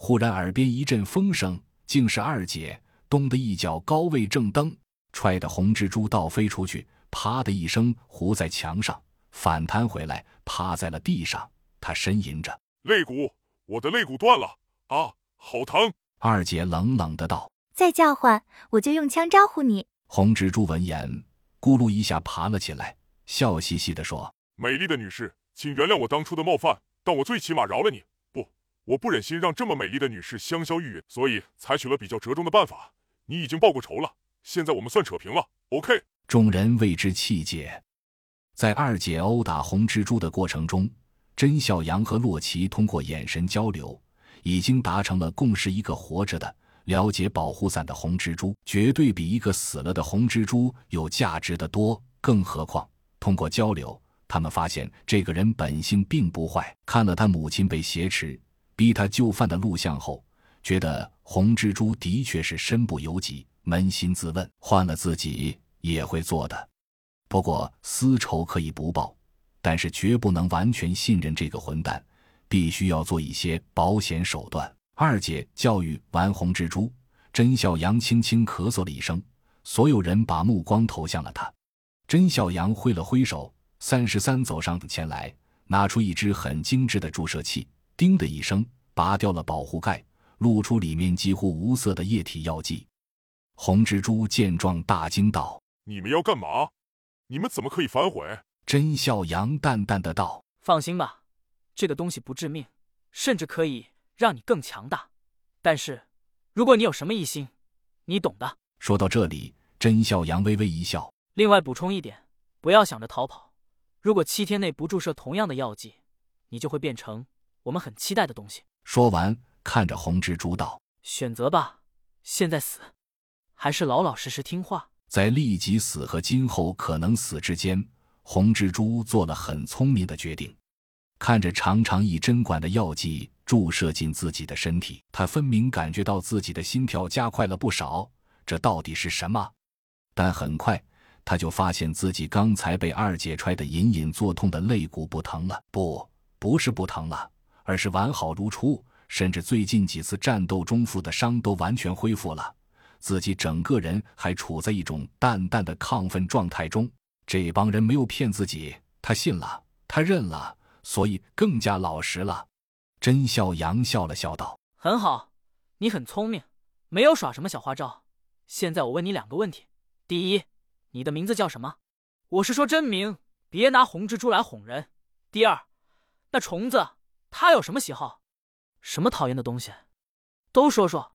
忽然耳边一阵风声，竟是二姐，咚的一脚高位正蹬，踹得红蜘蛛倒飞出去，啪的一声糊在墙上，反弹回来趴在了地上。他呻吟着：“ 肋骨，我的肋骨断了啊，好疼！” 二姐冷冷的道：“ 再叫唤，我就用枪招呼你。” 红蜘蛛闻言，咕噜一下爬了起来，笑嘻嘻地说：“ 美丽的女士，请原谅我当初的冒犯，但我最起码饶了你。我不忍心让这么美丽的女士香消玉殒，所以采取了比较折中的办法。你已经报过仇了，现在我们算扯平了 ，OK？” 众人为之气结。在二姐殴打红蜘蛛的过程中，甄笑阳和洛奇通过眼神交流，已经达成了共识：一个活着的、了解保护伞的红蜘蛛，绝对比一个死了的红蜘蛛有价值得多。更何况，通过交流，他们发现这个人本性并不坏。看了他母亲被挟持、逼他就范的录像后，觉得红蜘蛛的确是身不由己，扪心自问，换了自己也会做的。不过私仇可以不报，但是绝不能完全信任这个混蛋，必须要做一些保险手段。二姐教育完红蜘蛛，甄笑阳轻轻咳嗽了一声，所有人把目光投向了他。甄笑阳挥了挥手，33走上前来，拿出一支很精致的注射器，叮的一声拔掉了保护盖，露出里面几乎无色的液体药剂。红蜘蛛见状大惊道：“ 你们要干嘛？你们怎么可以反悔？” 甄笑阳淡淡的道：“ 放心吧，这个东西不致命，甚至可以让你更强大。但是，如果你有什么异心，你懂的。” 说到这里，甄笑阳微微一笑。 另外补充一点，不要想着逃跑。如果7天内不注射同样的药剂，你就会变成我们很期待的东西。 说完，看着红蜘蛛道：“ 选择吧，现在死，还是老老实实听话。” 在立即死和今后可能死之间，红蜘蛛做了很聪明的决定。看着长长一针管的药剂注射进自己的身体，他分明感觉到自己的心跳加快了不少。这到底是什么？但很快他就发现自己刚才被二姐踹得隐隐作痛的肋骨不疼了，不是不疼了，而是完好如初，甚至最近几次战斗中负的伤都完全恢复了，自己整个人还处在一种淡淡的亢奋状态中。这帮人没有骗自己，他信了，他认了，所以更加老实了。甄笑阳笑了笑道：“ 很好，你很聪明，没有耍什么小花招。现在我问你2个问题：第一，你的名字叫什么？我是说真名，别拿红蜘蛛来哄人。第二，那虫子它有什么喜好？什么讨厌的东西？都说说。”